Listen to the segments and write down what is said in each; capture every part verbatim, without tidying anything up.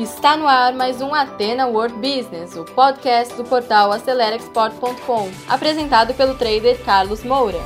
Está no ar mais um Athena World Business, o podcast do portal acelera export ponto com, apresentado pelo trader Carlos Moura.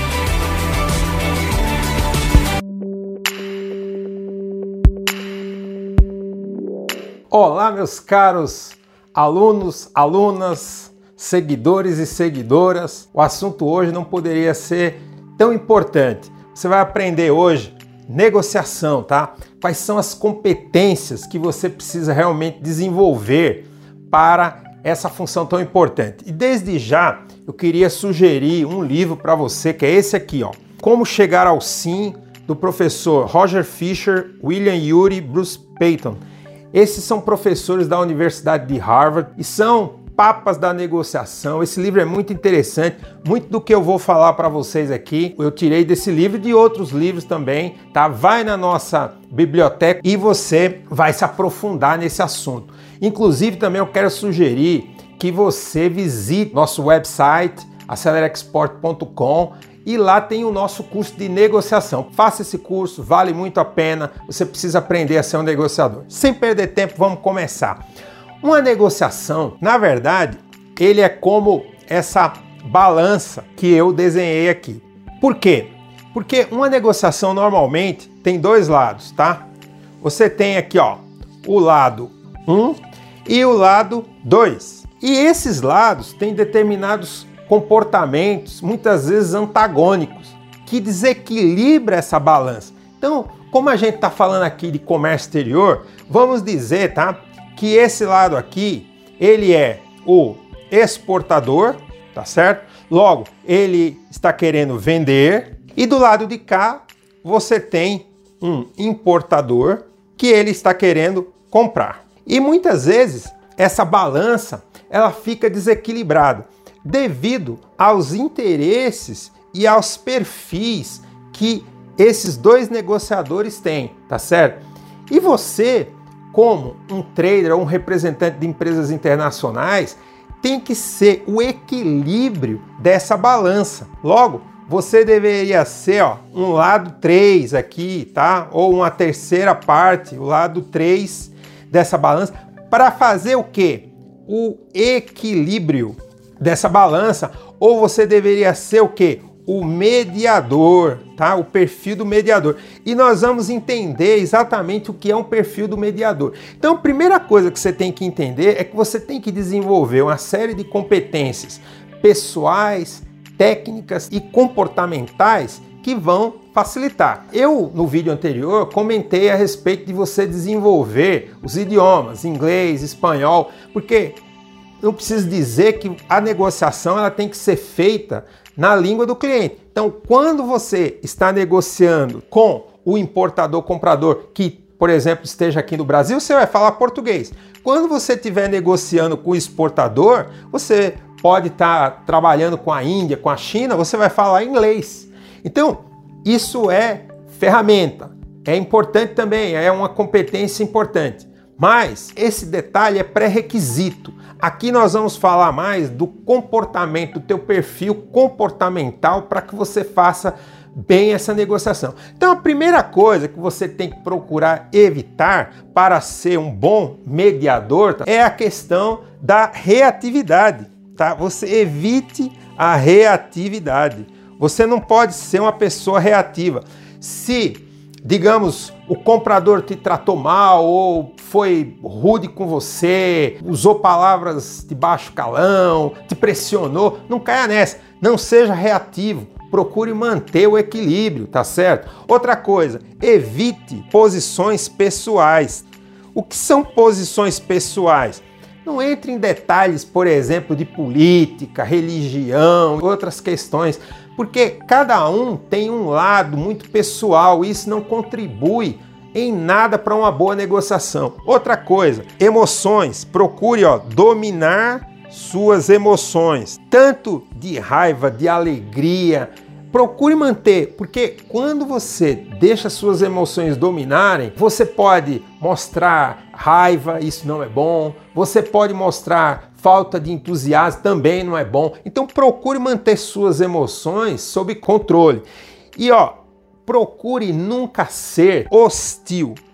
Olá, meus caros alunos, alunas, seguidores e seguidoras. O assunto hoje não poderia ser tão importante. Você vai aprender hoje negociação, tá? Quais são as competências que você precisa realmente desenvolver para essa função tão importante. E desde já eu queria sugerir um livro para você, que é esse aqui, ó. Como Chegar ao Sim, do professor Roger Fisher, William Ury e Bruce Peyton. Esses são professores da Universidade de Harvard e são papas da negociação. Esse livro é muito interessante. Muito do que eu vou falar para vocês aqui, eu tirei desse livro e de outros livros também, tá? Vai na nossa biblioteca e você vai se aprofundar nesse assunto. Inclusive, também eu quero sugerir que você visite nosso website, acelera export ponto com, e lá tem o nosso curso de negociação. Faça esse curso, vale muito a pena. Você precisa aprender a ser um negociador. Sem perder tempo, vamos começar. Uma negociação, na verdade, ele é como essa balança que eu desenhei aqui. Por quê? Porque uma negociação normalmente tem dois lados, tá? Você tem aqui, ó, o lado um e o lado dois. E esses lados têm determinados comportamentos, muitas vezes antagônicos, que desequilibra essa balança. Então, como a gente está falando aqui de comércio exterior, vamos dizer, tá, que esse lado aqui, ele é o exportador, tá certo? Logo, ele está querendo vender, e do lado de cá, você tem um importador que ele está querendo comprar. E muitas vezes, essa balança, ela fica desequilibrada, devido aos interesses e aos perfis que esses dois negociadores têm, tá certo? E você, como um trader ou um representante de empresas internacionais, tem que ser o equilíbrio dessa balança. Logo, você deveria ser, ó, um lado três aqui, tá? Ou uma terceira parte, o lado três dessa balança, para fazer o quê? O equilíbrio dessa balança. Ou você deveria ser o quê? O mediador, tá? O perfil do mediador. E nós vamos entender exatamente o que é um perfil do mediador. Então, a primeira coisa que você tem que entender é que você tem que desenvolver uma série de competências pessoais, técnicas e comportamentais que vão facilitar. Eu, no vídeo anterior, comentei a respeito de você desenvolver os idiomas, inglês, espanhol, porque não preciso dizer que a negociação ela tem que ser feita na língua do cliente. Então, quando você está negociando com o importador comprador, que, por exemplo, esteja aqui no Brasil, você vai falar português. Quando você estiver negociando com o exportador, você pode estar trabalhando com a Índia, com a China, você vai falar inglês. Então, isso é ferramenta. É importante também, é uma competência importante. Mas esse detalhe é pré-requisito. Aqui nós vamos falar mais do comportamento, do teu perfil comportamental para que você faça bem essa negociação. Então a primeira coisa que você tem que procurar evitar para ser um bom mediador, tá, é a questão da reatividade, tá? Você evite a reatividade. Você não pode ser uma pessoa reativa. Se, digamos, o comprador te tratou mal ou foi rude com você, usou palavras de baixo calão, te pressionou, não caia nessa. Não seja reativo. Procure manter o equilíbrio, tá certo? Outra coisa, evite posições pessoais. O que são posições pessoais? Não entre em detalhes, por exemplo, de política, religião, outras questões, porque cada um tem um lado muito pessoal e isso não contribui em nada para uma boa negociação. Outra coisa, emoções. Procure, ó, dominar suas emoções, tanto de raiva, de alegria. Procure manter, porque quando você deixa suas emoções dominarem, você pode mostrar raiva, isso não é bom. Você pode mostrar falta de entusiasmo, também não é bom. Então procure manter suas emoções sob controle. E ó, procure nunca ser hostil.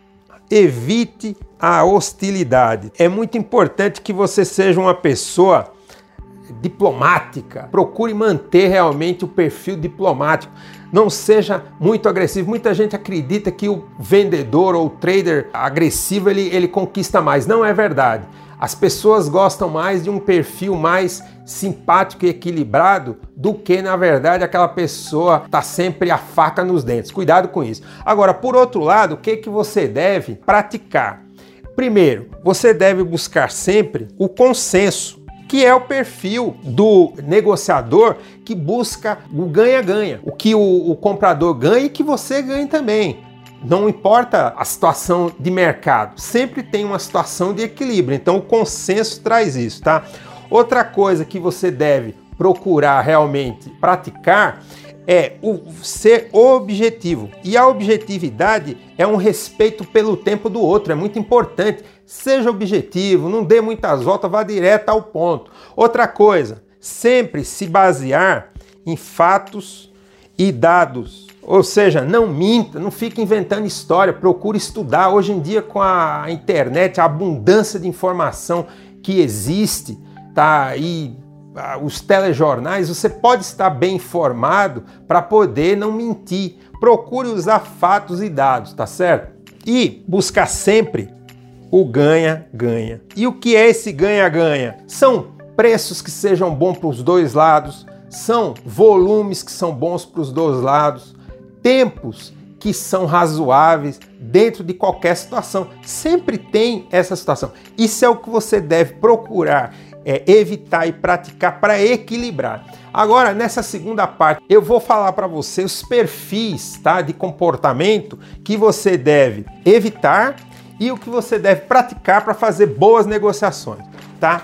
evite a hostilidade. É muito importante que você seja uma pessoa diplomática. Procure manter realmente o perfil diplomático. Não seja muito agressivo. Muita gente acredita que o vendedor ou o trader agressivo ele, ele conquista mais. Não é verdade. As pessoas gostam mais de um perfil mais simpático e equilibrado do que, na verdade, aquela pessoa tá sempre a faca nos dentes. Cuidado com isso. Agora, por outro lado, o que, que você deve praticar? Primeiro, você deve buscar sempre o consenso, que é o perfil do negociador que busca o ganha-ganha. O que o, o comprador ganha e que você ganhe também. Não importa a situação de mercado, sempre tem uma situação de equilíbrio. Então o consenso traz isso, tá? Outra coisa que você deve procurar realmente praticar é o ser objetivo. E a objetividade é um respeito pelo tempo do outro, é muito importante. Seja objetivo, não dê muitas voltas, vá direto ao ponto. Outra coisa, sempre se basear em fatos e dados. Ou seja, não minta, não fique inventando história, procure estudar. Hoje em dia, com a internet, a abundância de informação que existe, tá? E ah, os telejornais, você pode estar bem informado para poder não mentir. Procure usar fatos e dados, tá certo? E buscar sempre o ganha-ganha. E o que é esse ganha-ganha? São preços que sejam bons para os dois lados, são volumes que são bons para os dois lados, tempos que são razoáveis dentro de qualquer situação. Sempre tem essa situação. Isso é o que você deve procurar é, evitar e praticar para equilibrar. Agora, nessa segunda parte, eu vou falar para você os perfis, tá, de comportamento que você deve evitar e o que você deve praticar para fazer boas negociações, tá?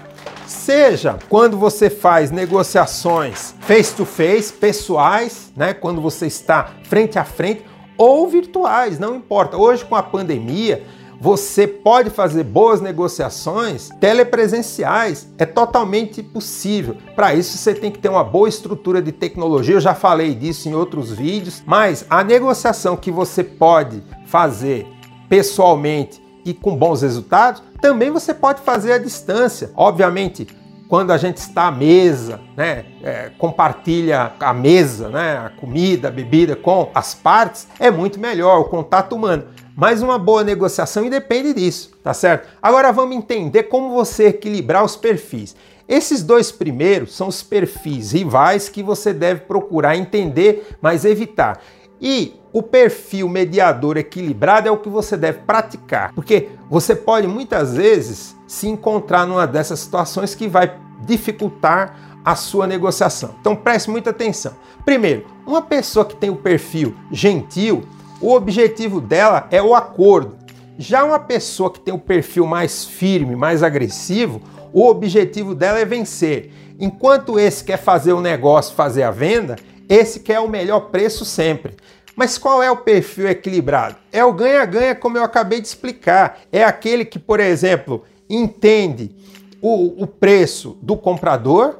Seja quando você faz negociações face-to-face, pessoais, né, quando você está frente a frente, ou virtuais, não importa. Hoje, com a pandemia, você pode fazer boas negociações telepresenciais, é totalmente possível. Para isso, você tem que ter uma boa estrutura de tecnologia, eu já falei disso em outros vídeos, mas a negociação que você pode fazer pessoalmente e com bons resultados, também você pode fazer à distância. Obviamente, quando a gente está à mesa, né, é, compartilha a mesa, né, a comida, a bebida com as partes, é muito melhor o contato humano. Mas uma boa negociação independe disso, tá certo? Agora vamos entender como você equilibrar os perfis. Esses dois primeiros são os perfis rivais que você deve procurar entender, mas evitar. E o perfil mediador equilibrado é o que você deve praticar, porque você pode muitas vezes se encontrar numa dessas situações que vai dificultar a sua negociação. Então preste muita atenção. Primeiro, uma pessoa que tem o perfil gentil, o objetivo dela é o acordo. Já uma pessoa que tem o perfil mais firme, mais agressivo, o objetivo dela é vencer. Enquanto esse quer fazer o negócio, fazer a venda, esse quer o melhor preço sempre. Mas qual é o perfil equilibrado? É o ganha-ganha, como eu acabei de explicar. É aquele que, por exemplo, entende o, o preço do comprador,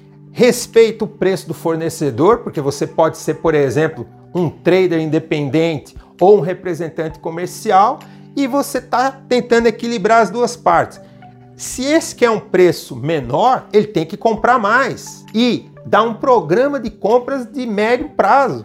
respeita o preço do fornecedor, porque você pode ser, por exemplo, um trader independente ou um representante comercial, e você está tentando equilibrar as duas partes. Se esse quer um preço menor, ele tem que comprar mais e dar um programa de compras de médio prazo.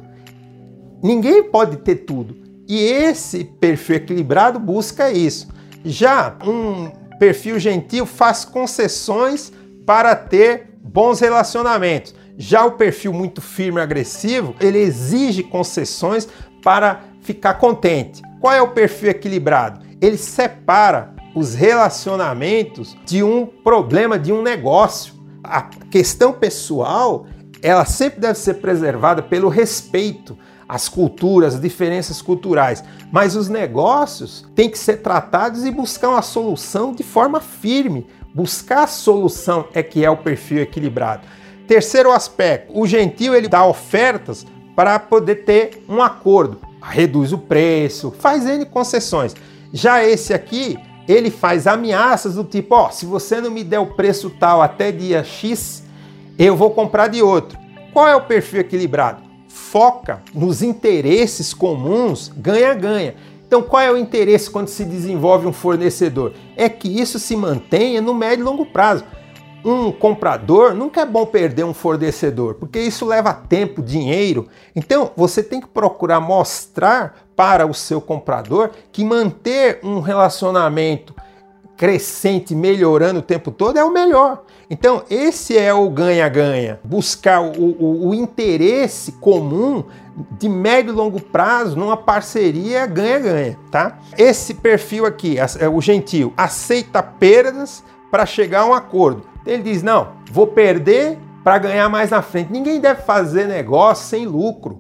Ninguém pode ter tudo. E esse perfil equilibrado busca isso. Já um perfil gentil faz concessões para ter bons relacionamentos. Já o perfil muito firme e agressivo, ele exige concessões para ficar contente. Qual é o perfil equilibrado? Ele separa os relacionamentos de um problema, de um negócio. A questão pessoal, ela sempre deve ser preservada pelo respeito às culturas, às diferenças culturais. Mas os negócios têm que ser tratados e buscar uma solução de forma firme. Buscar a solução é que é o perfil equilibrado. Terceiro aspecto, o gentil ele dá ofertas para poder ter um acordo. Reduz o preço, faz N concessões. Já esse aqui, ele faz ameaças do tipo, ó, se você não me der o preço tal até dia X, eu vou comprar de outro. Qual é o perfil equilibrado? Foca nos interesses comuns, ganha-ganha. Então, qual é o interesse quando se desenvolve um fornecedor? É que isso se mantenha no médio e longo prazo. Um comprador, nunca é bom perder um fornecedor, porque isso leva tempo, dinheiro. Então, você tem que procurar mostrar para o seu comprador que manter um relacionamento crescente, melhorando o tempo todo, é o melhor. Então, esse é o ganha-ganha. Buscar o, o, o interesse comum de médio e longo prazo numa parceria ganha-ganha, tá? Esse perfil aqui, o gentil, aceita perdas para chegar a um acordo. Ele diz, não, vou perder para ganhar mais na frente. Ninguém deve fazer negócio sem lucro.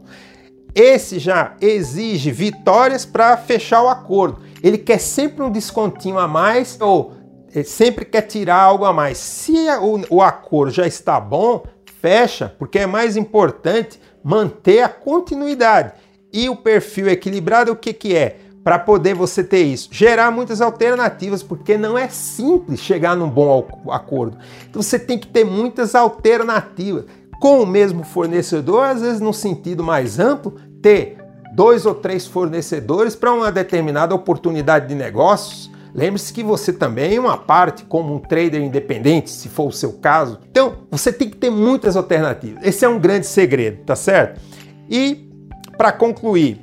Esse já exige vitórias para fechar o acordo. Ele quer sempre um descontinho a mais ou ele sempre quer tirar algo a mais. Se o, o acordo já está bom, fecha, porque é mais importante manter a continuidade. E o perfil equilibrado, o que, que é? Para poder você ter isso, gerar muitas alternativas, porque não é simples chegar num bom acordo. Então você tem que ter muitas alternativas. Com o mesmo fornecedor, às vezes num sentido mais amplo, ter dois ou três fornecedores para uma determinada oportunidade de negócios. Lembre-se que você também é uma parte como um trader independente, se for o seu caso. Então, você tem que ter muitas alternativas. Esse é um grande segredo, tá certo? E, para concluir,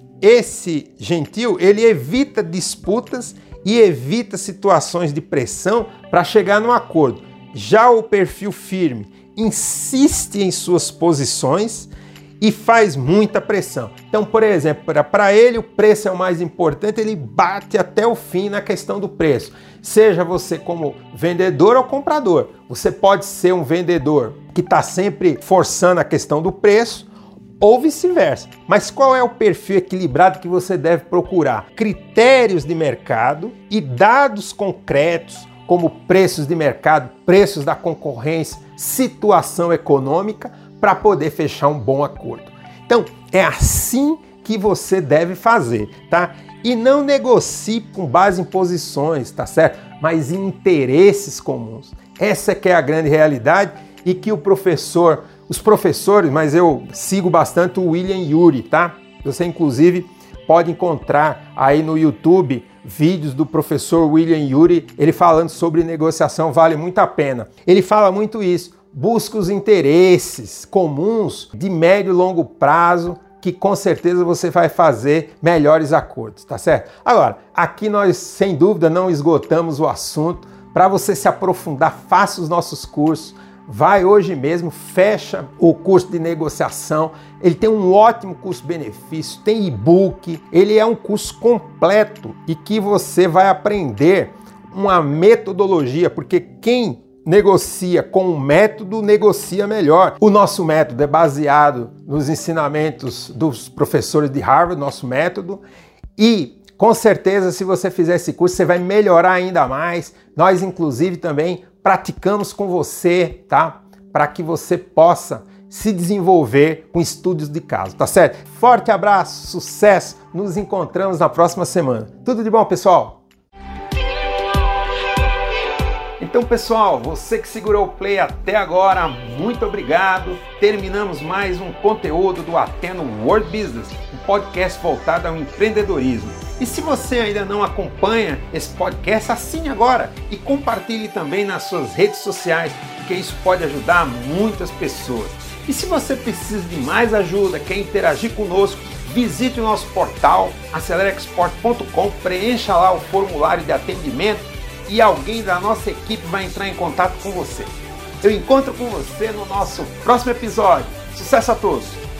esse gentil, ele evita disputas e evita situações de pressão para chegar num acordo. Já o perfil firme insiste em suas posições e faz muita pressão. Então, por exemplo, para ele o preço é o mais importante, ele bate até o fim na questão do preço. Seja você como vendedor ou comprador. Você pode ser um vendedor que está sempre forçando a questão do preço, ou vice-versa. Mas qual é o perfil equilibrado que você deve procurar? Critérios de mercado e dados concretos, como preços de mercado, preços da concorrência, situação econômica, para poder fechar um bom acordo. Então, é assim que você deve fazer, tá? E não negocie com base em posições, tá certo? Mas em interesses comuns. Essa é que é a grande realidade e que o professor, os professores, mas eu sigo bastante o William Ury, tá? Você, inclusive, pode encontrar aí no YouTube vídeos do professor William Ury, ele falando sobre negociação, vale muito a pena. Ele fala muito isso, busca os interesses comuns de médio e longo prazo, que com certeza você vai fazer melhores acordos, tá certo? Agora, aqui nós, sem dúvida, não esgotamos o assunto. Para você se aprofundar, faça os nossos cursos. Vai hoje mesmo, fecha o curso de negociação. Ele tem um ótimo custo-benefício, tem e-book. Ele é um curso completo e que você vai aprender uma metodologia, porque quem negocia com um método, negocia melhor. O nosso método é baseado nos ensinamentos dos professores de Harvard, nosso método, e com certeza, se você fizer esse curso, você vai melhorar ainda mais. Nós, inclusive, também praticamos com você, tá? Para que você possa se desenvolver com estudos de caso, tá certo? Forte abraço, sucesso, nos encontramos na próxima semana. Tudo de bom, pessoal? Então, pessoal, você que segurou o play até agora, muito obrigado. Terminamos mais um conteúdo do Athena World Business, um podcast voltado ao empreendedorismo. E se você ainda não acompanha esse podcast, assine agora e compartilhe também nas suas redes sociais, porque isso pode ajudar muitas pessoas. E se você precisa de mais ajuda, quer interagir conosco, visite o nosso portal acelera export ponto com, preencha lá o formulário de atendimento e alguém da nossa equipe vai entrar em contato com você. Eu encontro com você no nosso próximo episódio. Sucesso a todos!